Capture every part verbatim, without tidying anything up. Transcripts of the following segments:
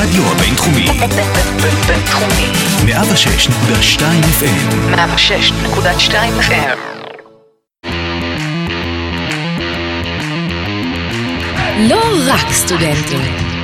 הרדיו הבינתחומי. בינתחומי. מאה ושש נקודה שתיים אף אם. מאה ושש נקודה שתיים אף אם. לא רק סטודנטים.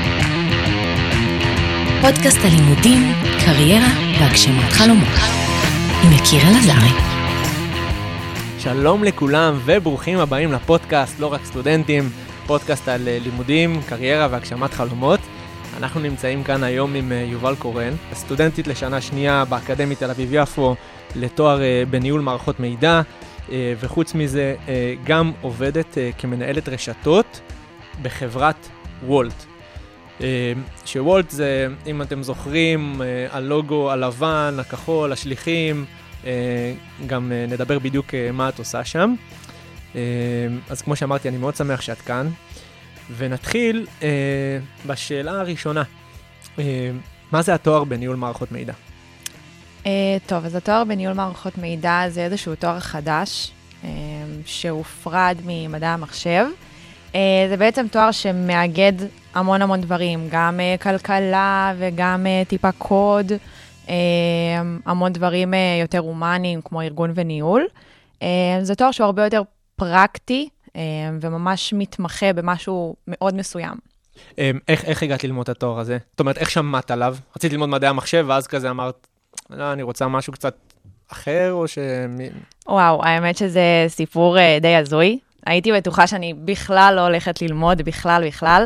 פודקאסט הלימודים, קריירה והגשמת חלומות. עם יקיר אלעזרי. שלום לכולם וברוכים הבאים לפודקאסט לא רק סטודנטים, פודקאסט על לימודים, קריירה והגשמת חלומות. אנחנו נמצאים כאן היום עם יובל קורן, סטודנטית לשנה שנייה באקדמית תל אביב יפו לתואר בניהול מערכות מידע, וחוץ מזה גם עובדת כמנהלת רשתות בחברת וולט. שוולט זה, אם אתם זוכרים, הלוגו הלבן, הכחול, השליחים, גם נדבר בדיוק מה את עושה שם. אז כמו שאמרתי, אני מאוד שמח שאת כאן. ונתחיל בשאלה הראשונה. מה זה התואר בניהול מערכות מידע? טוב, אז התואר בניהול מערכות מידע זה איזשהו תואר חדש, שהופרד ממדע המחשב. זה בעצם תואר שמאגד המון המון דברים, גם כלכלה וגם טיפה קוד, המון דברים יותר הומניים כמו ארגון וניהול. זה תואר שהוא הרבה יותר פרקטי, וממש מתמחה במשהו מאוד מסוים. איך, איך הגעת ללמוד את התואר הזה? זאת אומרת, איך שמעת עליו? רצית ללמוד מדעי המחשב, ואז כזה אמרת, לא, אני רוצה משהו קצת אחר, או ש... וואו, האמת שזה סיפור די הזוי. הייתי בטוחה שאני בכלל לא הולכת ללמוד, בכלל, בכלל.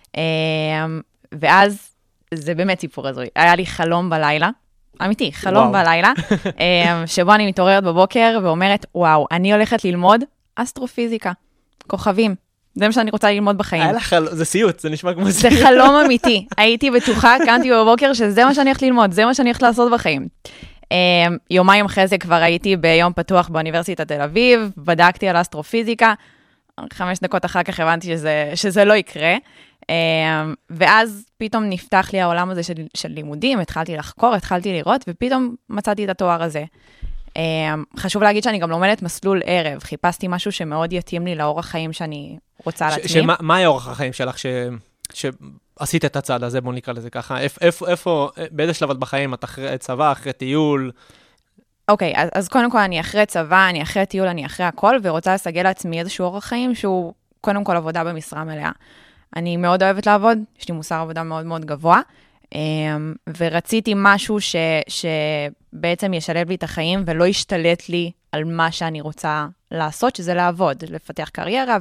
ואז זה באמת סיפור הזוי. היה לי חלום בלילה, אמיתי, חלום וואו. בלילה, שבו אני מתעוררת בבוקר ואומרת, וואו, אני הולכת ללמוד אסטרופיזיקה, כוכבים. זה מה שאני רוצה ללמוד בחיים. היה לך חלום, זה סיוט, זה נשמע כמו סיוט. זה חלום אמיתי. הייתי בטוחה, קמתי בבוקר שזה מה שאני הולכת ללמוד, זה מה שאני הולכת לעשות בחיים. יומיים אחרי זה כבר הייתי ביום פתוח באוניברסיטת תל אביב, בדקתי על אסטרופיזיקה, חמש דקות אחר כך הבנתי שזה, שזה לא יקרה, ואז פתאום נפתח לי העולם הזה של, של לימודים, התחלתי לחקור, התחלתי לראות, ופתאום מצאתי את התואר הזה. חשוב להגיד שאני גם לומדת מסלול ערב, חיפשתי משהו שמאוד יתאים לי לאורח חיים שאני רוצה לעצמי. שמה, מה היה אורח החיים שלך ש, שעשית את הצעד הזה, בוא נקרא לזה ככה? איפה, איפה, באיזה שלב את בחיים? את אחרי צבא, אחרי טיול? אוקיי, אז, אז קודם כל אני אחרי צבא, אני אחרי טיול, אני אחרי הכל, ורוצה לסגל לעצמי איזשהו אורח חיים שהוא קודם כל עבודה במשרה מלאה. אני מאוד אוהבת לעבוד, יש לי מוסר עבודה מאוד מאוד גבוה, ורציתי משהו ש, שבעצם ישלב לי את החיים ולא ישתלט לי על מה שאני רוצה לעשות, שזה לעבוד, לפתח קריירה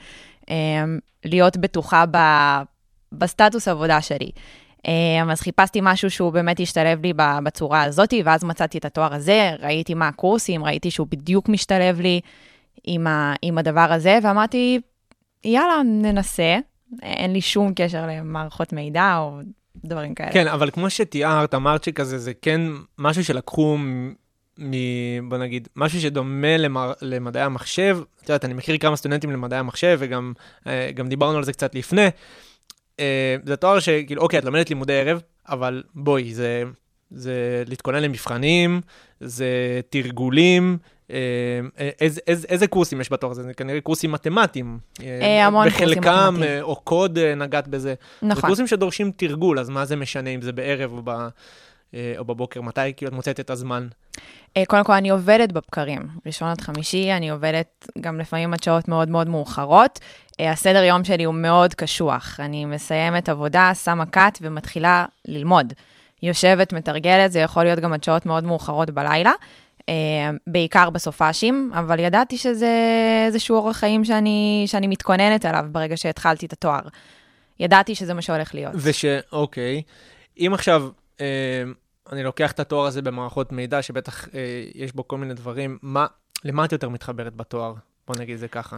ולהיות בטוחה ב, בסטטוס העבודה שלי. אז חיפשתי משהו שהוא באמת ישתלב לי בצורה הזאת, ואז מצאתי את התואר הזה, ראיתי מה הקורסים, ראיתי שהוא בדיוק משתלב לי עם, ה, עם הדבר הזה, ואמרתי, יאללה, ננסה, אין לי שום קשר למערכות מידע או דברים כאלה. כן, אבל כמו שתיארת, אמרת שכזה, זה כן משהו שלקחו מ... בוא נגיד, משהו שדומה למר, למדעי המחשב. את יודעת, אני מכיר כמה סטודנטים למדעי המחשב, וגם גם דיברנו על זה קצת לפני. זה תואר שכאילו, אוקיי, את לומדת לימודי ערב, אבל בואי, זה, זה להתכונן למבחנים, זה תרגולים, איזה, איזה, איזה קורסים יש בתואר הזה? זה כנראה קורסים מתמטיים. המון קורסים מתמטיים. בחלקם, או קוד נגעת בזה. נכון. זה קורסים שדורשים תרגול, אז מה זה משנה אם זה בערב או, ב, או בבוקר? מתי כאילו את מוצאת את הזמן? קודם כל, אני עובדת בבקרים. ראשון עד חמישי, אני עובדת גם לפעמים עד שעות מאוד מאוד מאוחרות. הסדר יום שלי הוא מאוד קשוח. אני מסיימת עבודה, שמה קאט ומתחילה ללמוד. יושבת, מתרגלת, זה יכול להיות גם עד שעות מאוד מאוחרות בלילה. בעיקר בסופאשים, אבל ידעתי שזה איזשהו אורח חיים שאני, שאני מתכוננת עליו ברגע שהתחלתי את התואר. ידעתי שזה מה שהולך להיות. וש, אוקיי. אם עכשיו, אני לוקח את התואר הזה במערכות מידע, שבטח יש בו כל מיני דברים, מה, למה את יותר מתחברת בתואר? בוא נגיד זה ככה.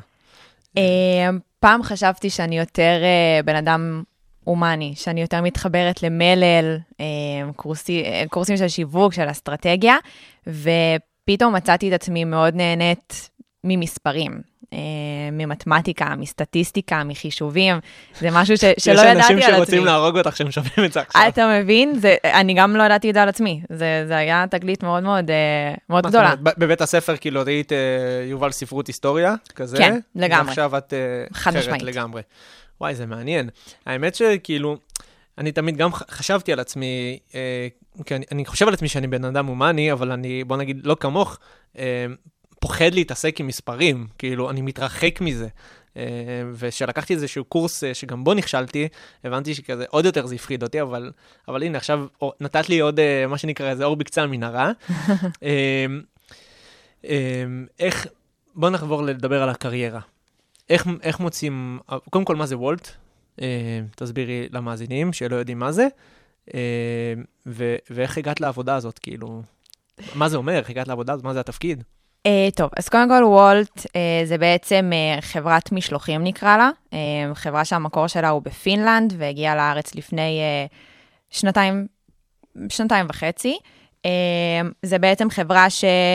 פעם חשבתי שאני יותר בן אדם הומני, שאני יותר מתחברת למלל, קורסי, קורסים של שיווק, של אסטרטגיה, ופתאום מצאתי את עצמי מאוד נהנית ממספרים, ממתמטיקה, מסטטיסטיקה, מחישובים, זה משהו ש, שלא ידעתי על עצמי. יש אנשים שרוצים להרוג אותך שהם שווים את זה עכשיו. אתה מבין? זה, אני גם לא ידעתי את זה על עצמי, זה, זה היה תגלית מאוד מאוד, מאוד גדולה. בבית הספר כאילו ראית יובל ספרות היסטוריה, כזה? כן, לגמרי. ועכשיו את אחרת לגמרי. וואי, זה מעניין. האמת שכאילו, אני תמיד גם חשבתי על עצמי, אה, כי אני, אני חושב על עצמי שאני בן אדם הומני, אבל אני, בוא נגיד, לא כמוך, אה, פוחד להתעסק עם מספרים, כאילו, אני מתרחק מזה. אה, ושלקחתי איזשהו קורס אה, שגם בו נכשלתי, הבנתי שכזה עוד יותר זה הפחיד אותי, אבל, אבל הנה, עכשיו נתת לי עוד, אה, מה שנקרא, איזה אור בקצה המנהרה. אה, אה, איך, בוא נחבור לדבר על הקריירה. איך, איך מוצאים, קודם כל, מה זה וולט? Uh, תסבירי למאזינים שלא יודעים מה זה, uh, ו- ואיך הגעת לעבודה הזאת, כאילו, מה זה אומר, איך הגעת לעבודה הזאת, מה זה התפקיד? Uh, טוב, אז קודם כל וולט uh, זה בעצם uh, חברת משלוחים נקרא לה, uh, חברה שהמקור שלה הוא בפינלנד, והגיעה לארץ לפני uh, שנתיים, שנתיים וחצי. Uh, זה בעצם חברה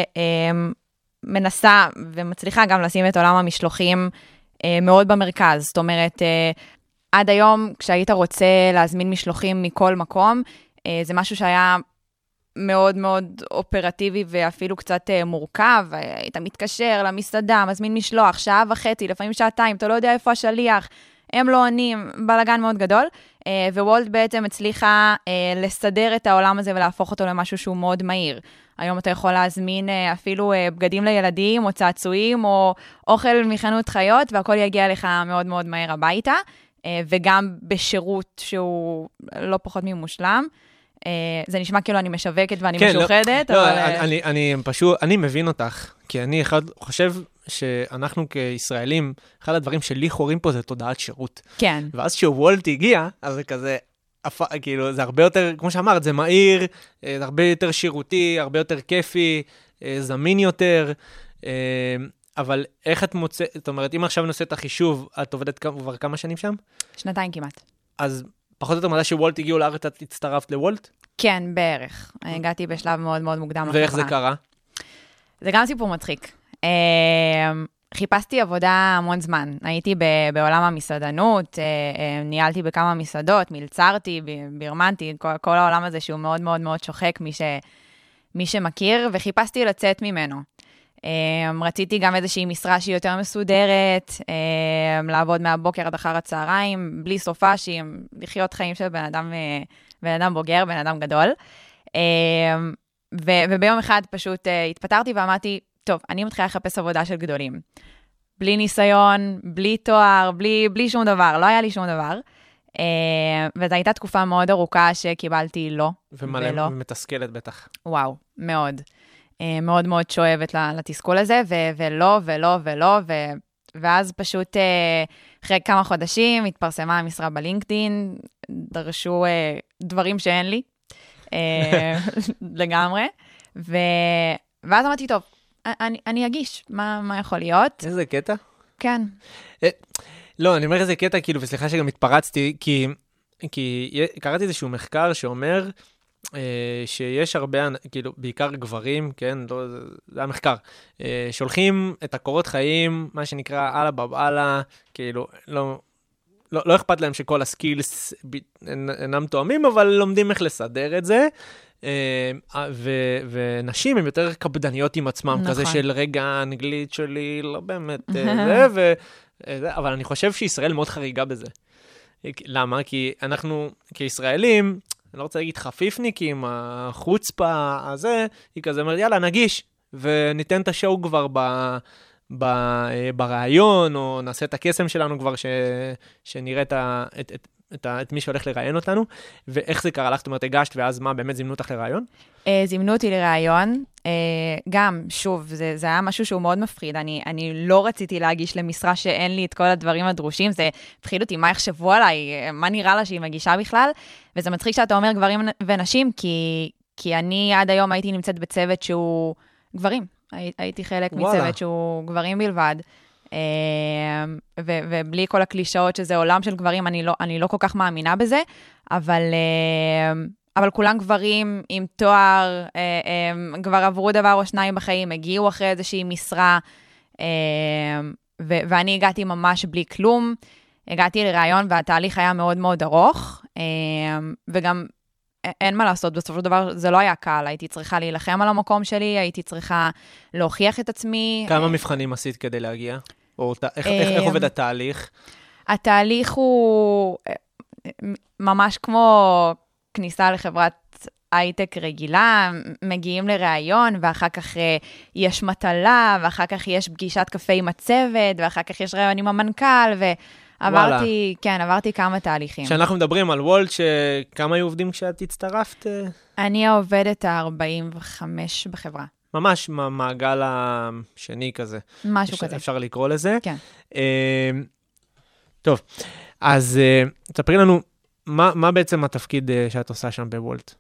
שמנסה uh, ומצליחה גם לשים את עולם המשלוחים uh, מאוד במרכז, זאת אומרת, uh, עד היום, כשהיית רוצה להזמין משלוחים מכל מקום, זה משהו שהיה מאוד מאוד אופרטיבי ואפילו קצת מורכב. היית מתקשר למסעדה, מזמין משלוח, שעה וחצי, לפעמים שעתיים, אתה לא יודע איפה השליח, הם לא עונים, בלגן מאוד גדול. ווולט בעצם הצליחה לסדר את העולם הזה ולהפוך אותו למשהו שהוא מאוד מהיר. היום אתה יכול להזמין אפילו בגדים לילדים או צעצועים או אוכל מחנות חיות, והכל יגיע לך מאוד מאוד מהר הביתה. וגם בשירות שהוא לא פחות ממושלם. זה נשמע כאילו אני משווקת ואני כן, משוחדת. לא, אבל... לא, אני, אני פשוט, אני מבין אותך, כי אני אחד חושב שאנחנו כישראלים, אחד הדברים שלי חורים פה זה תודעת שירות. כן. ואז כשוולט הגיע, אז זה כזה, כאילו, זה הרבה יותר, כמו שאמרת, זה מהיר, זה הרבה יותר שירותי, הרבה יותר כיפי, זמין יותר, אבל איך את מוצאת, זאת אומרת, אם עכשיו נעשה את החישוב, את עובדת כבר כמה שנים שם? שנתיים כמעט. אז פחות או יותר מתי שוולט הגיעו לארץ, את הצטרפת לוולט? כן, בערך. הגעתי בשלב מאוד מאוד מוקדם. ואיך זה קרה? זה גם סיפור מצחיק. חיפשתי עבודה המון זמן. הייתי בעולם המסעדנות, ניהלתי בכמה מסעדות, מלצרתי, בירמנתי, כל העולם הזה שהוא מאוד מאוד מאוד שוחק, מי שמכיר, וחיפשתי לצאת ממנו. Um, רציתי גם איזושהי משרה שהיא יותר מסודרת, um, לעבוד מהבוקר עד אחר הצהריים, בלי סופאשים, לחיות חיים של בן אדם, uh, בן אדם בוגר, בן אדם גדול. Um, ו- וביום אחד פשוט uh, התפטרתי ואמרתי, טוב, אני מתחילה לחפש עבודה של גדולים. בלי ניסיון, בלי תואר, בלי, בלי שום דבר, לא היה לי שום דבר. Uh, וזו הייתה תקופה מאוד ארוכה שקיבלתי לא. ומלא ולא. ומתסכלת בטח. וואו, מאוד. מאוד מאוד שואבת לתסכול הזה, ו- ולא, ולא, ולא, ו- ואז פשוט אחרי כמה חודשים התפרסמה המשרה בלינקדאין, דרשו דברים שאין לי, לגמרי, ו- ואז אמרתי, טוב, אני, אני אגיש, מה, מה יכול להיות? איזה קטע? כן. לא, אני אומר איזה קטע, כאילו, וסליחה שגם התפרצתי, כי, כי קראתי איזשהו מחקר שאומר, שיש הרבה, כאילו, בעיקר גברים, כן, לא, זה המחקר, שולחים את הקורות חיים, מה שנקרא, הלאה בבעלה, כאילו, לא, לא, לא אכפת להם שכל הסקילס אינם תואמים, אבל לומדים איך לסדר את זה, ו, ונשים הן יותר קפדניות עם עצמם, נכון. כזה של רגע, האנגלית שלי, לא באמת, זה, ו, אבל אני חושב שישראל מאוד חריגה בזה. למה? כי אנחנו, כישראלים, אני לא רוצה להגיד חפיפניקים, החוצפה הזה, היא כזה אומרת, יאללה, נגיש, וניתן את השואו כבר ב, ב, ברעיון, או נעשה את הקסם שלנו כבר, ש, שנראה את, ה, את, את, את, ה, את מי שהולך לראיין אותנו, ואיך זה קרה לך? זאת אומרת, הגשת, ואז מה, באמת זימנו אותך לראיון? זימנו אותי לראיון, גם, שוב, זה, זה היה משהו שהוא מאוד מפחיד, אני, אני לא רציתי להגיש למשרה שאין לי את כל הדברים הדרושים, זה הפחיד אותי, מה יחשבו עליי, מה נראה לה שהיא מגישה בכלל, וזה מצחיק שאתה אומר גברים ונשים, כי, כי אני עד היום הייתי נמצאת בצוות שהוא גברים, הי, הייתי חלק וואלה. מצוות שהוא גברים בלבד, ו, ובלי כל הקלישאות שזה עולם של גברים, אני לא, אני לא כל כך מאמינה בזה, אבל... אבל כולם גברים עם תואר, כבר עברו דבר או שניים בחיים, הגיעו אחרי איזושהי משרה, ו- ואני הגעתי ממש בלי כלום, הגעתי לרעיון והתהליך היה מאוד מאוד ארוך, וגם אין מה לעשות, בסופו של דבר זה לא היה קל, הייתי צריכה להילחם על המקום שלי, הייתי צריכה להוכיח את עצמי. כמה מבחנים עשית כדי להגיע? או איך, איך, איך עובד התהליך? התהליך הוא... ממש כמו כניסה לחברת הייטק רגילה, מגיעים לראיון, ואחר כך יש מטלה, ואחר כך יש פגישת קפה עם הצוות, ואחר כך יש ראיון עם המנכ"ל, ועברתי, כן, עברתי כמה תהליכים. כשאנחנו מדברים על וולט, כמה היו עובדים כשאת הצטרפת? אני העובדת ה-ארבעים וחמש בחברה. ממש מעגל השני כזה. משהו כזה. אפשר לקרוא לזה. כן. טוב, אז תספרי לנו, מה, מה בעצם התפקיד שאת עושה שם בוולט?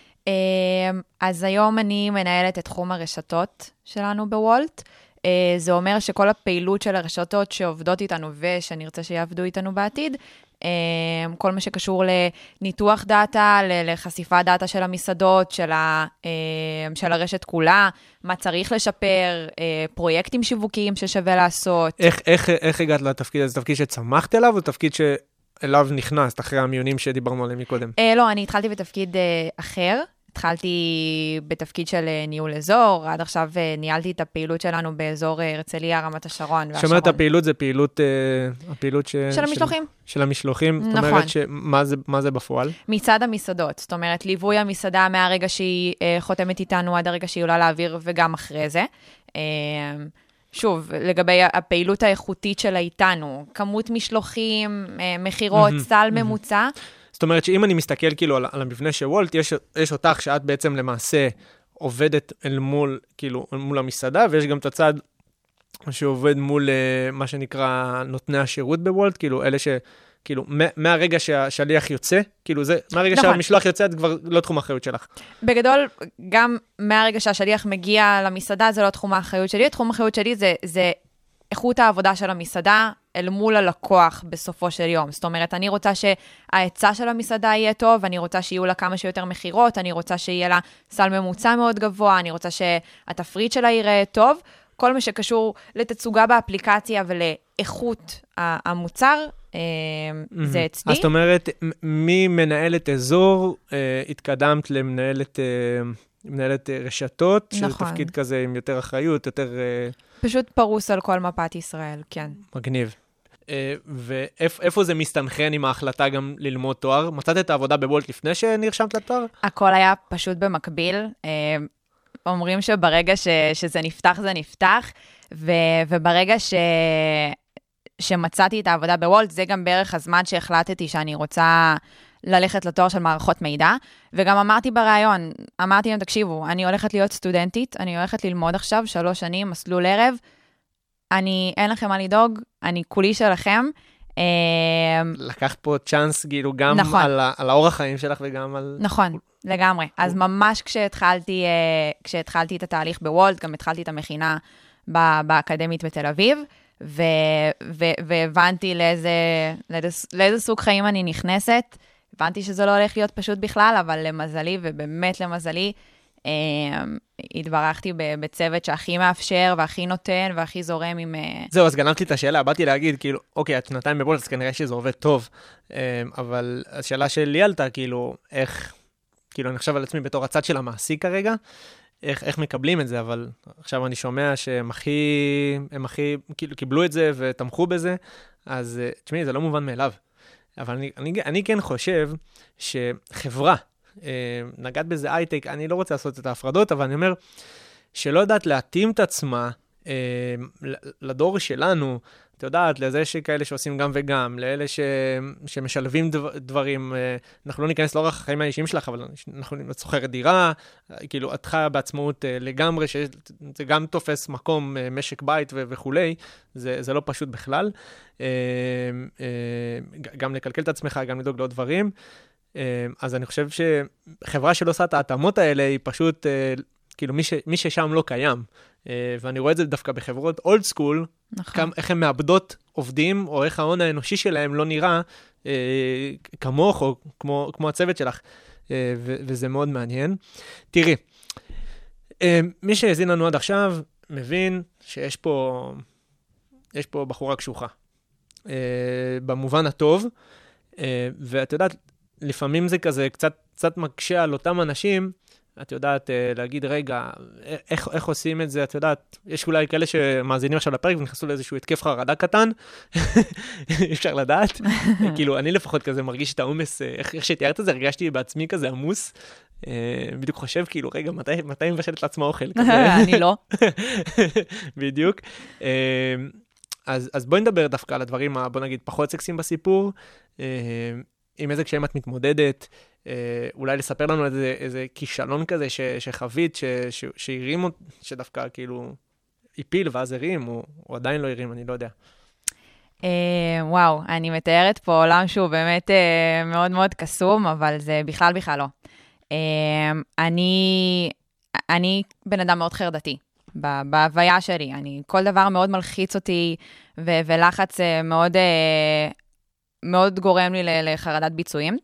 אז היום אני מנהלת את תחום הרשתות שלנו בוולט. זה אומר שכל הפעילות של הרשתות שעובדות איתנו ושנרצה שיעבדו איתנו בעתיד, כל מה שקשור לניתוח דאטה, לחשיפת דאטה של המסעדות, של, ה, של הרשת כולה, מה צריך לשפר, פרויקטים שיווקיים ששווה לעשות. איך, איך, איך הגעת לתפקיד הזה? זה תפקיד שצמחת אליו או תפקיד שאליו נכנסת אחרי המיונים שדיברנו עליהם מקודם? לא, אני התחלתי בתפקיד אחר. התחלתי בתפקיד של ניהול אזור, עד עכשיו ניהלתי את הפעילות שלנו באזור הרצליה, רמת השרון והשרון. שאומרת הפעילות זה פעילות, הפעילות ש... של המשלוחים. של המשלוחים, זאת נכון. אומרת שמה זה, מה זה בפועל? מצד המסעדות, זאת אומרת, ליווי המסעדה מהרגע שהיא חותמת איתנו עד הרגע שהיא עולה לאוויר וגם אחרי זה. שוב, לגבי הפעילות האיכותית שלה איתנו, כמות משלוחים, מחירות, סל ממוצע, זאת אומרת שאם אני מסתכל כאילו על, על המבנה של וולט, יש, יש אותך שאת בעצם למעשה עובדת אל מול, כאילו, אל מול המסעדה, ויש גם את הצד שעובד מול מה שנקרא נותני השירות בוולט, כאילו אלה ש... כאילו, מהרגע שהשליח יוצא, כאילו זה, מהרגע נכון. שהמשלוח יוצא, זה כבר לא תחום האחריות שלך. בגדול, גם מהרגע שהשליח מגיע למסעדה, זה לא תחום האחריות שלי, תחום האחריות שלי זה, זה איכות העבודה של המסעדה, אל מול הלקוח בסופו של יום. זאת אומרת, אני רוצה שההיצע של המסעדה יהיה טוב, אני רוצה שיהיו לה כמה שיותר מחירות, אני רוצה שיהיה לה סל ממוצע מאוד גבוה, אני רוצה שהתפריט שלה ייראה טוב, כל מה שקשור לתצוגה באפליקציה ולאיכות המוצר, זה אצלי. אז זאת אומרת, ממנהלת אזור, התקדמת למנהלת מנהלת רשתות, נכון. שתפקיד כזה עם יותר אחריות, יותר... פשוט פרוס על כל מפת ישראל, כן. מגניב. ואיפה זה מסתנכן עם ההחלטה גם ללמוד תואר? מצאת את העבודה בוולט לפני שנרשמת לתואר? הכל היה פשוט במקביל. אומרים שברגע ש, שזה נפתח, זה נפתח, ו, וברגע ש, שמצאתי את העבודה בוולט, זה גם בערך הזמן שהחלטתי שאני רוצה ללכת לתואר של מערכות מידע, וגם אמרתי ברעיון, אמרתי להם, תקשיבו, אני הולכת להיות סטודנטית, אני הולכת ללמוד עכשיו שלוש שנים, מסלול ערב, אני, אין לכם מה לדאוג, אני כולי שלכם. לקחת פה צ'אנס, כאילו, גם נכון. על, על האורח חיים שלך וגם על... נכון, לגמרי. אז ממש כשהתחלתי, כשהתחלתי את התהליך בוולט, גם התחלתי את המכינה באקדמית בתל אביב, ו, ו, והבנתי לאיזה, לאיזה, לאיזה סוג חיים אני נכנסת. הבנתי שזה לא הולך להיות פשוט בכלל, אבל למזלי, ובאמת למזלי, אה, התברכתי בצוות שהכי מאפשר, והכי נותן, והכי זורם עם... זהו, אז גנבתי את השאלה, באתי להגיד, כאילו, אוקיי, את שנתיים בוולט, אז כנראה שזה עובד טוב, אה, אבל השאלה שלי עלתה, כאילו, איך, כאילו, אני חושב על עצמי בתור הצד של המעסיק כרגע, איך, איך מקבלים את זה, אבל עכשיו אני שומע שהם הכי, הם הכי, כאילו, קיבלו את זה ותמכו בזה, אז, תשמעי, זה לא מובן מאליו. אבל אני, אני, אני כן חושב שחברה, אה, נגעת בזה הייטק, אני לא רוצה לעשות את ההפרדות, אבל אני אומר, שלא יודעת להתאים את עצמה אה, לדור שלנו, את יודעת, לזה שכאלה שעושים גם וגם, לאלה ש, שמשלבים דבר, דברים, אה, אנחנו לא ניכנס לאורח החיים האישיים שלך, אבל אנחנו שוכרת דירה, כאילו, את חיה בעצמאות אה, לגמרי, שזה גם תופס מקום, אה, משק בית ו- וכולי, זה, זה לא פשוט בכלל. אה, אה, גם לקלקל את עצמך, גם לדאוג לעוד דברים. אה, אז אני חושב שחברה שלא עושה את ההתאמות האלה, היא פשוט, אה, כאילו, מי, ש, מי ששם לא קיים. Uh, ואני רואה את זה דווקא בחברות אולד סקול, נכון. איך הן מאבדות עובדים, או איך ההון האנושי שלהם לא נראה uh, כמוך, או כמו, כמו הצוות שלך, uh, ו- וזה מאוד מעניין. תראי, uh, מי שהזין לנו עד עכשיו, מבין שיש פה, יש פה בחורה קשוחה, uh, במובן הטוב, uh, ואת יודעת, לפעמים זה כזה קצת, קצת מקשה על אותם אנשים, את יודעת, להגיד, רגע, איך, איך עושים את זה? את יודעת, יש אולי כאלה שמאזינים עכשיו לפרק ונכנסו לאיזשהו התקף חרדה קטן, אפשר לדעת. כאילו, אני לפחות כזה מרגיש את העומס, איך, איך שתיארת את זה, הרגשתי בעצמי כזה עמוס, בדיוק חושב, כאילו, רגע, מתי, מתי מבשלת לעצמה אוכל? אני לא. בדיוק. אז, אז בואי נדבר דווקא על הדברים, בוא נגיד, פחות סקסיים בסיפור, עם איזה קשיים את מתמודדת, אולי לספר לנו איזה, איזה כישלון כזה ש, שחווית, ש, ש, שהרים, שדווקא כאילו הפיל ואז הרים, או, או עדיין לא הרים, אני לא יודע. וואו, אני מתארת פה עולם שהוא באמת מאוד מאוד קסום, אבל זה בכלל בכלל לא. אני, אני בן אדם מאוד חרדתי. בהוויה שלי, אני, כל דבר מאוד מלחיץ אותי, ו- ולחץ מאוד, מאוד גורם לי לחרדת ביצועים,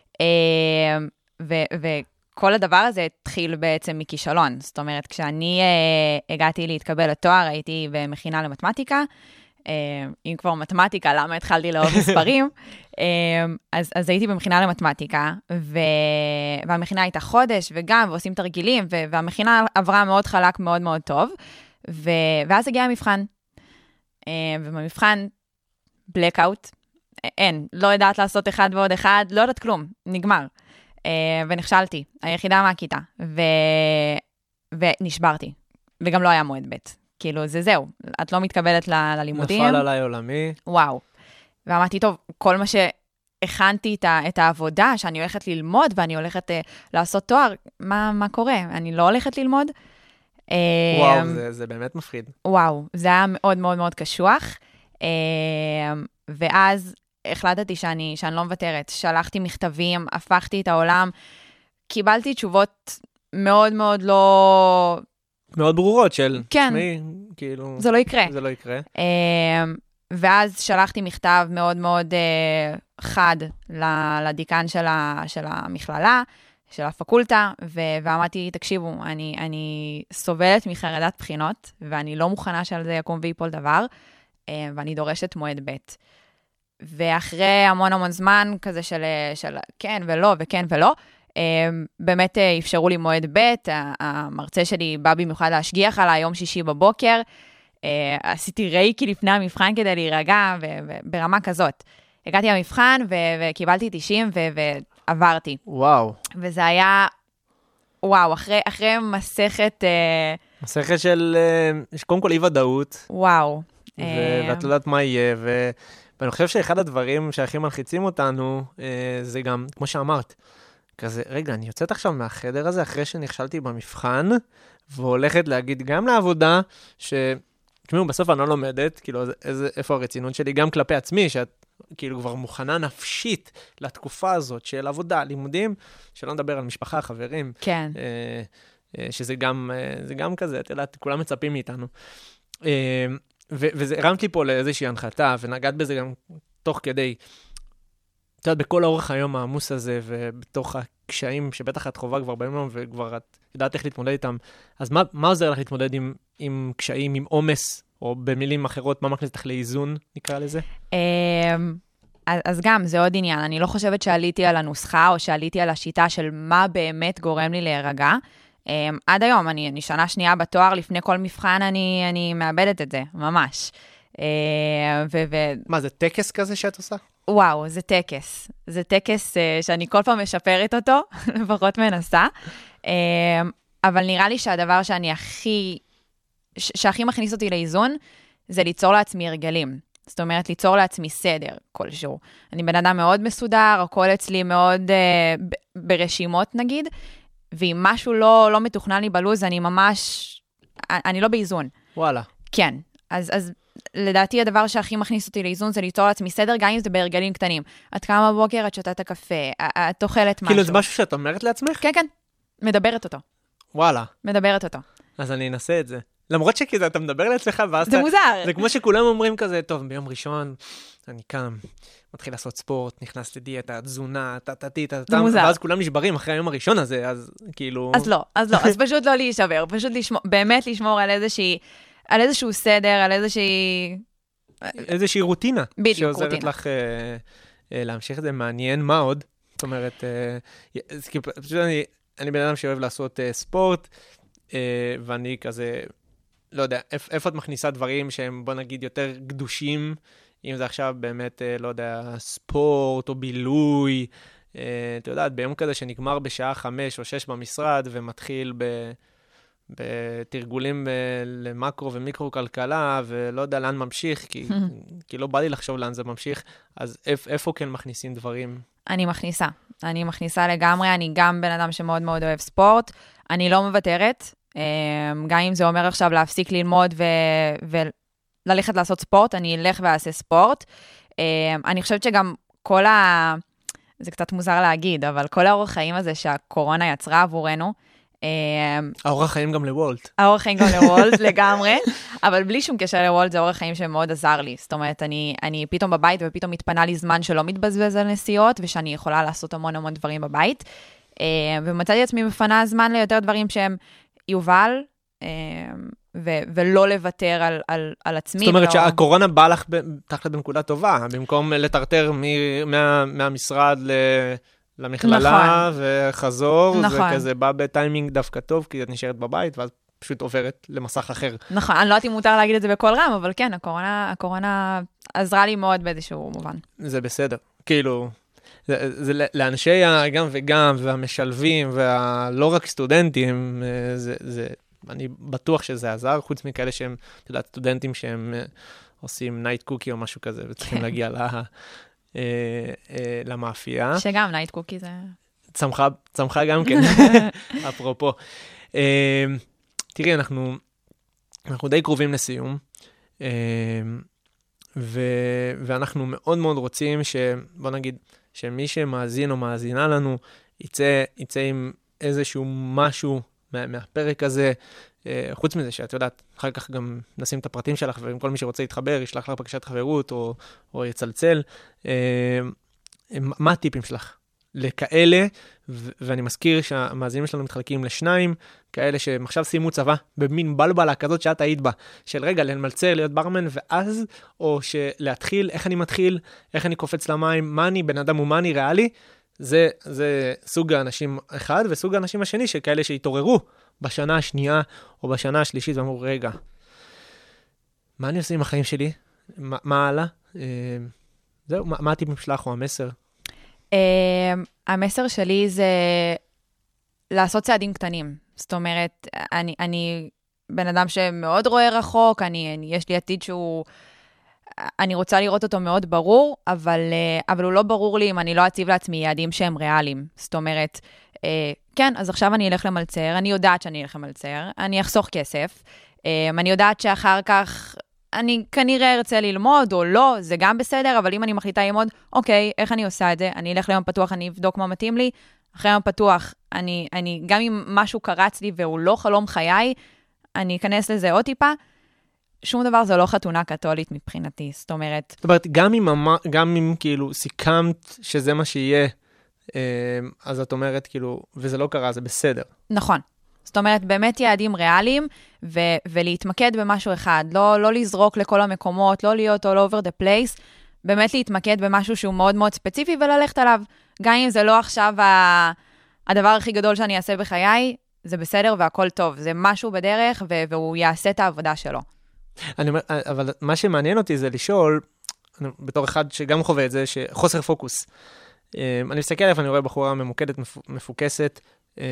ו- וכל הדבר הזה התחיל בעצם מכישלון, זאת אומרת, כשאני הגעתי להתקבל לתואר, הייתי במכינה למתמטיקה, אם כבר מתמטיקה, למה התחלתי לאהוב מספרים, אז, אז הייתי במכינה למתמטיקה, ו... והמכינה הייתה חודש, וגם, ועושים תרגילים, ו... והמכינה עברה מאוד חלק, מאוד מאוד טוב, ו... ואז הגיע המבחן. ובמבחן, blackout, אין, לא יודעת לעשות אחד ועוד אחד, לא יודעת כלום, נגמר. ונכשלתי, היחידה מהכיתה, ו... ונשברתי, וגם לא היה מועד ב'. כאילו, זה זהו, את לא מתקבלת ל- ללימודים. נפל עליי עולמי. וואו. ואמרתי, טוב, כל מה שהכנתי את, ה- את העבודה, שאני הולכת ללמוד, ואני הולכת uh, לעשות תואר, מה, מה קורה? אני לא הולכת ללמוד. וואו, זה, זה באמת מפחיד. וואו, זה היה מאוד מאוד מאוד קשוח. ואז החלטתי שאני, שאני לא מוותרת. שלחתי מכתבים, הפכתי את העולם, קיבלתי תשובות מאוד מאוד לא... מאוד ברורות של... כן. מי, כאילו... זה לא יקרה. זה לא יקרה. ואז שלחתי מכתב מאוד מאוד חד לדיקן של, ה, של המכללה, של הפקולטה, ו- ואמרתי, תקשיבו, אני, אני סובלת מחרדת בחינות, ואני לא מוכנה שעל זה יקום ויפול דבר, ואני דורשת מועד ב'. ואחרי המון המון זמן כזה של, של כן ולא וכן ולא, באמת אפשרו לי מועד ב', המרצה שלי בא במיוחד להשגיח עליי יום שישי בבוקר, עשיתי רייקי לפני המבחן כדי להירגע, ברמה כזאת. הגעתי למבחן וקיבלתי תשעים ועברתי. וואו. וזה היה, וואו, אחרי, אחרי מסכת... מסכת של, יש קודם כל אי ודאות. וואו. ואת לא יודעת מה יהיה, ואני חושב שאחד הדברים שהכי מלחיצים אותנו, זה גם, כמו שאמרת, כזה, רגע, אני יוצאת עכשיו מהחדר הזה, אחרי שנכשלתי במבחן, והולכת להגיד גם לעבודה, ש... תשמעו, בסוף אני לא לומדת, כאילו, איזה, איפה הרצינות שלי, גם כלפי עצמי, שאת כאילו כבר מוכנה נפשית לתקופה הזאת של עבודה, לימודים, שלא נדבר על משפחה, חברים. כן. אה, אה, שזה גם, אה, זה גם כזה, את יודעת, כולם מצפים מאיתנו. אה, ו- וזה הרמת לי פה לאיזושהי הנחתה, ונגעת בזה גם תוך כדי, את יודעת, בכל האורך היום העמוס הזה, ובתוך הקשיים שבטח את חובה כבר ביום יום, וכבר את יודעת איך להתמודד איתם, אז מה, מה עוזר לך להתמודד עם, עם קשיים, עם עומס, או במילים אחרות, מה מכניס לך לאיזון, נקרא לזה? אז גם, זה עוד עניין. אני לא חושבת שעליתי על הנוסחה, או שעליתי על השיטה של מה באמת גורם לי להירגע. עד היום, אני, אני שנה שנייה בתואר, לפני כל מבחן אני, אני מאבדת את זה, ממש. ו- ו- מה, זה טקס כזה שאת עושה? וואו, זה טקס. זה טקס uh, שאני כל פעם משפרת אותו, לפחות מנסה. Uh, אבל נראה לי שהדבר שאני הכי, ש- שהכי מכניס אותי לאיזון, זה ליצור לעצמי הרגלים. זאת אומרת, ליצור לעצמי סדר כלשהו. אני בן אדם מאוד מסודר, הכל אצלי מאוד uh, ב- ברשימות נגיד, ואם משהו לא, לא מתוכנן לי בלוז, אני ממש, אני לא באיזון. וואלה. כן. אז, אז לדעתי הדבר שהכי מכניס אותי לאיזון זה ליצור לעצמי סדר, גם אם זה בהרגלים קטנים. את קמה בבוקר, את שותה את הקפה, את אוכלת משהו. כאילו זה משהו שאת אומרת לעצמך? כן, כן. מדברת אותו. וואלה. מדברת אותו. אז אני אנסה את זה. למרות שכזה אתה מדבר לעצמך, ואז זה אתה... מוזר. זה כמו שכולם אומרים כזה, טוב, ביום ראשון אני קם, מתחיל לעשות ספורט, נכנס לדיאטה, תזונה, טטטי, טטטם, ואז כולם נשברים אחרי היום הראשון הזה, אז כאילו... אז לא, אז לא, אז פשוט לא להישבר, פשוט לשמור, באמת לשמור על איזושהי, על איזשהו סדר, על איזושהי... איזושהי רוטינה. בדיוק, שעוזרת רוטינה. לך אה, אה, להמשיך את זה מעניין, מה עוד? זאת אומרת, אה, פשוט אני, אני בן אדם שאוהב לעשות uh, ספורט, uh, ואני כזה, לא יודע, איפ, איפה את מכניסה דברים שהם, בוא נגיד, יותר גדושים, אם זה עכשיו באמת, uh, לא יודע, ספורט או בילוי, uh, אתה יודעת, ביום כזה שנגמר בשעה חמש או שש במשרד, ומתחיל ב... בתרגולים למקרו ומיקרו כלכלה, ולא יודע לאן ממשיך, כי, כי לא בא לי לחשוב לאן זה ממשיך, אז איפה כן מכניסים דברים? אני מכניסה. אני מכניסה לגמרי, אני גם בן אדם שמאוד מאוד אוהב ספורט, אני לא מוותרת, גם אם זה אומר עכשיו להפסיק ללמוד ו... וללכת לעשות ספורט, אני אלך ואעשה ספורט. אני חושבת שגם כל ה... זה קצת מוזר להגיד, אבל כל האורח חיים הזה שהקורונה יצרה עבורנו, האורח חיים גם לוולט. האורח חיים גם לוולט, לגמרי, אבל בלי שום קשר לוולט, זה אורח חיים שמאוד עזר לי. זאת אומרת, אני, אני פתאום בבית, ופתאום מתפנה לי זמן שלא מתבזבז על נסיעות, ושאני יכולה לעשות המון המון דברים בבית. ומצאתי עצמי מפנה זמן ליותר דברים שהם יובל, ו- ולא לוותר על, על, על עצמי. זאת אומרת ולא... שהקורונה באה לך תחת בנקודה טובה, במקום לטרטר מ- מה, מהמשרד ל... למכללה, נכון. וחזור, נכון. זה כזה בא בטיימינג דווקא טוב, כי את נשארת בבית, ואז פשוט עוברת למסך אחר. נכון, אני לא יודעת אם מותר להגיד את זה בכל רם, אבל כן, הקורונה, הקורונה עזרה לי מאוד באיזשהו מובן. זה בסדר, כאילו, זה, זה לאנשי גם וגם, והמשלבים, והלא רק סטודנטים, זה, זה, אני בטוח שזה עזר, חוץ מכאלה שהם, אתה יודע, סטודנטים שהם עושים נייט קוקי או משהו כזה, וצריכים להגיע לה... למאפייה. שגם נייט קוקי זה... צמחה, צמחה גם כן, אפרופו. תראי, אנחנו, אנחנו די קרובים לסיום, ואנחנו מאוד מאוד רוצים שבוא נגיד, שמי שמאזין או מאזינה לנו, יצא, יצא עם איזשהו משהו מהפרק הזה, חוץ מזה שאת יודעת, אחר כך גם נשים את הפרטים שלך, ועם כל מי שרוצה להתחבר, ישלח לך בקשת חברות, או, או יצלצל. מה הטיפים שלך? לכאלה, ו- ואני מזכיר שהמאזינים שלנו מתחלקים לשניים, כאלה שעכשיו סיימו צבא, במין בלבלה כזאת שאת היית בה, של רגע, למלצר, להיות ברמן, ואז, או שלהתחיל, איך אני מתחיל, איך אני קופץ למים, מה אני, בן אדם הומני, ריאלי, זה, זה סוג האנשים אחד, וסוג האנשים השני, שכאלה שהתעוררו בשנה השנייה, או בשנה השלישית, ואמרו, רגע, מה אני עושה עם החיים שלי? מה, מה הלאה? זהו, מה, מה הטיפים שלך או המסר? Uh, המסר שלי זה לעשות צעדים קטנים. זאת אומרת, אני, אני בן אדם שמאוד רואה רחוק, אני, אני, יש לי עתיד שהוא, אני רוצה לראות אותו מאוד ברור, אבל, uh, אבל הוא לא ברור לי אם אני לא אציב לעצמי יעדים שהם ריאליים. זאת אומרת, uh, כן, אז עכשיו אני אלך למלצר, אני יודעת שאני אלך למלצר, אני אחסוך כסף, uh, אני יודעת שאחר כך... אני כנראה ארצה ללמוד או לא, זה גם בסדר, אבל אם אני מחליטה ללמוד, אוקיי, איך אני עושה את זה? אני אלך ליום פתוח, אני אבדוק מה מתאים לי, אחרי יום פתוח, אני, אני, גם אם משהו קרץ לי והוא לא חלום חיי, אני אכנס לזה עוד טיפה, שום דבר זה לא חתונה קתולית מבחינתי, זאת אומרת... זאת אומרת, גם אם, גם אם כאילו סיכמת שזה מה שיהיה, אז את אומרת כאילו, וזה לא קרה, זה בסדר. נכון. זאת אומרת, באמת יעדים ריאליים, ו- ולהתמקד במשהו אחד, לא, לא לזרוק לכל המקומות, לא להיות all over the place, באמת להתמקד במשהו שהוא מאוד מאוד ספציפי, וללכת עליו. גם אם זה לא עכשיו ה- הדבר הכי גדול שאני אעשה בחיי, זה בסדר והכל טוב. זה משהו בדרך, ו- והוא יעשה את העבודה שלו. אני אומר, אבל מה שמעניין אותי זה לשאול, בתור אחד שגם חווה את זה, שחוסר פוקוס. אני מסתכל עליו, אני רואה בחורה ממוקדת, מפוקסת,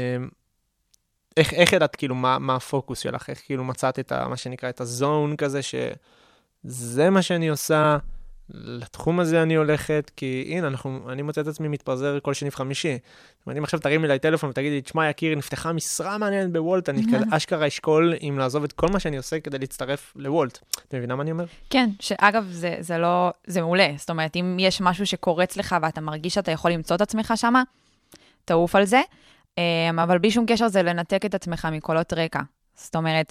איך, איך ידעת, כאילו, מה, מה הפוקוס שלך? איך, כאילו, מצאת את ה, מה שנקרא, את הזון כזה, שזה מה שאני עושה, לתחום הזה אני הולכת, כי הנה, אנחנו, אני מוצא את עצמי מתפזר כל שני וחמישי. זאת אומרת, אם עכשיו תרים לי טלפון ותגידי, תשמע, יקיר, נפתחה משרה מעניינת בוולט, אני כזה אשכרה אשכול אם לעזוב את כל מה שאני עושה כדי להצטרף לוולט. אתה מבינה מה אני אומר? כן, שאגב, זה, זה לא, זה מעולה. זאת אומרת, אם יש משהו שקורץ לך ואתה מרגיש שאתה יכול למצוא את עצמך שמה, תעוף על זה. אבל בלי שום קשר זה לנתק את עצמך מקולות רקע. זאת אומרת,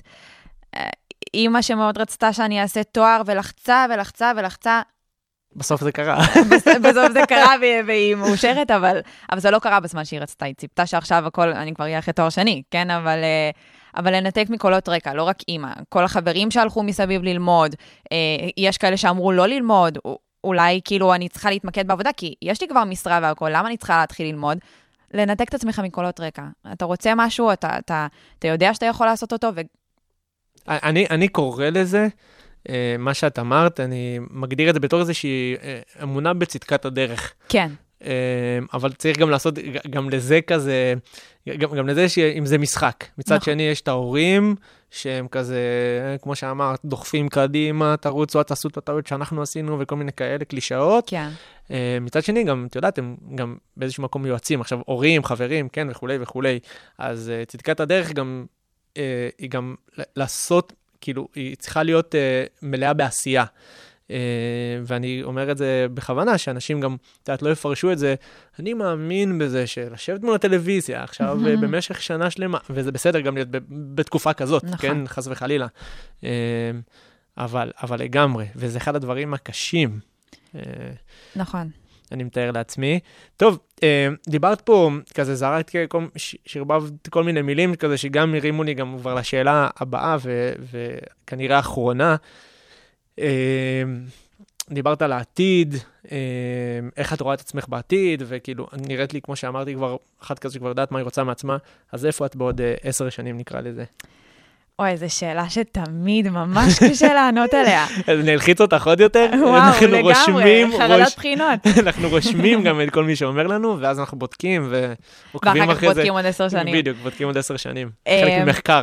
אמא שמאוד רצתה שאני אעשה תואר ולחצה ולחצה ולחצה. בסוף זה קרה. בסוף זה קרה והיא מאושרת, אבל, אבל זה לא קרה בזמן שהיא רצתה. היא ציפתה שעכשיו הכל, אני כבר אהיה אחרי תואר שני, כן? אבל, אבל לנתק מקולות רקע, לא רק אמא. כל החברים שהלכו מסביב ללמוד, יש כאלה שאמרו לא ללמוד, אולי כאילו אני צריכה להתמקד בעבודה, כי יש לי כבר משרה והכל, למה אני צריכה להתחיל ללמוד? לנתק את עצמך מקולות רקע. אתה רוצה משהו, אתה, אתה, אתה יודע שאתה יכול לעשות אותו, ו... אני, אני קורא לזה, מה שאת אמרת, אני מגדיר את זה בתור איזושהי אמונה בצדקת הדרך. כן. אבל צריך גם לעשות, גם לזה כזה, גם, גם לזה שאם זה משחק. מצד נכון. שני, יש את ההורים, שהם כזה, כמו שאמרת, דוחפים קדימה, תרוצו, תעשו את הטעות שאנחנו עשינו, וכל מיני כאלה קלישאות. כן. מצד שני, גם, את יודעת, הם גם באיזשהו מקום יועצים, עכשיו, הורים, חברים, כן, וכולי וכולי. אז צדקת הדרך גם, היא גם לעשות, כאילו, היא צריכה להיות מלאה בעשייה. Uh, ואני אומר את זה בכוונה, שאנשים גם, את יודעת, לא יפרשו את זה, אני מאמין בזה שלשבת מול הטלוויזיה, עכשיו mm-hmm. במשך שנה שלמה, וזה בסדר גם להיות ב- בתקופה כזאת, נכון. כן, חס וחלילה. Uh, אבל, אבל לגמרי, וזה אחד הדברים הקשים. Uh, נכון. אני מתאר לעצמי. טוב, uh, דיברת פה, כזה זרקת, שרבבת כל מיני מילים, כזה שגם הרימו לי גם כבר לשאלה הבאה, ו- וכנראה האחרונה, דיברת על העתיד, איך את רואה את עצמך בעתיד, וכאילו, נראית לי, כמו שאמרתי כבר, אחת כזו שכבר יודעת מה היא רוצה מעצמה, אז איפה את בעוד עשר שנים נקרא לזה? אוי, זו שאלה שתמיד ממש קשה לענות עליה. אז נלחיץ אותך עוד יותר? וואו, לגמרי, חרדת בחינות. אנחנו רושמים גם את כל מי שאומר לנו, ואז אנחנו בודקים, ועוקבים אחרי זה. ואחר כך בודקים עוד עשר שנים. בדיוק, בודקים עוד עשר שנים. חלק ממחקר.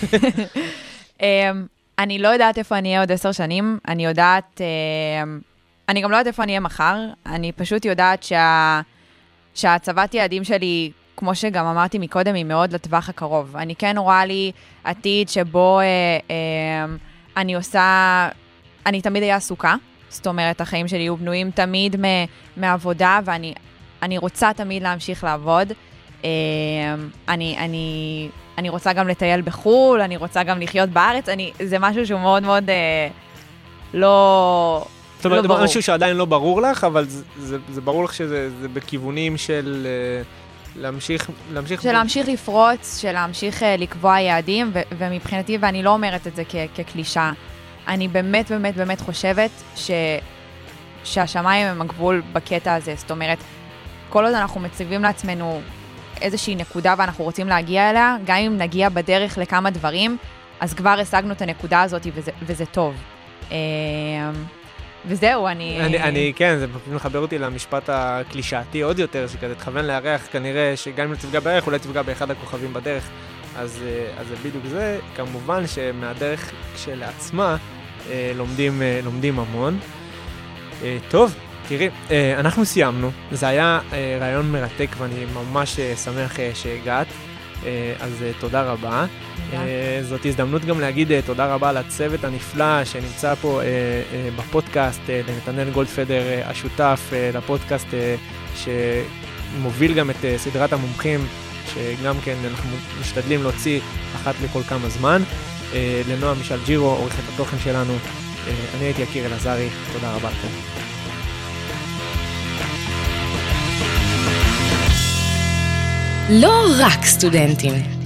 אני לא יודעת איפה אני אהיה עוד עשר שנים, אני יודעת, אני גם לא יודעת איפה אני אהיה מחר, אני פשוט יודעת שה, שהצבת יעדים שלי, כמו שגם אמרתי מקודם, היא מאוד לטווח הקרוב. אני כן רואה לי עתיד שבו אה, אה, אני עושה, אני תמיד אהיה עסוקה, זאת אומרת, החיים שלי יהיו בנויים תמיד מעבודה, ואני אני רוצה תמיד להמשיך לעבוד. אה, אני... אני אני רוצה גם לטייל בחול, אני רוצה גם לחיות בארץ, אני, זה משהו שהוא מאוד מאוד אה, לא, זאת אומרת, לא ברור. משהו שעדיין לא ברור לך, אבל זה, זה, זה ברור לך שזה זה בכיוונים של אה, להמשיך... להמשיך של ב... להמשיך לפרוץ, של להמשיך אה, לקבוע יעדים, ו, ומבחינתי, ואני לא אומרת את זה כ, כקלישה, אני באמת באמת באמת חושבת ש, שהשמיים הם הגבול בקטע הזה, זאת אומרת, כל עוד אנחנו מציבים לעצמנו איזושהי נקודה ואנחנו רוצים להגיע אליה, גם אם נגיע בדרך לכמה דברים, אז כבר השגנו את הנקודה הזאת וזה, וזה טוב. וזהו, אני... אני, אני, כן, זה מחבר אותי למשפט הקלישאתי עוד יותר, שכזה תכוון לארח, כנראה שגם אם לא תפגע בערך, אולי תפגע באחד הכוכבים בדרך. אז, אז זה בדיוק זה. כמובן שמהדרך כשלעצמה לומדים, לומדים המון. טוב. תראי, אנחנו סיימנו, זה היה רעיון מרתק ואני ממש שמח שהגעת, אז תודה רבה. זאת הזדמנות גם להגיד תודה רבה לצוות הנפלא שנמצא פה בפודקאסט, לנתנאל גולדפדר השותף לפודקאסט שמוביל גם את סדרת המומחים, שגם כן אנחנו משתדלים להוציא אחת לכל כמה זמן. לנועה מישל ג'ירו, עורכת התוכן שלנו, אני הייתי יקיר אלעזרי, תודה רבה לכם. לא רק סטודנטים.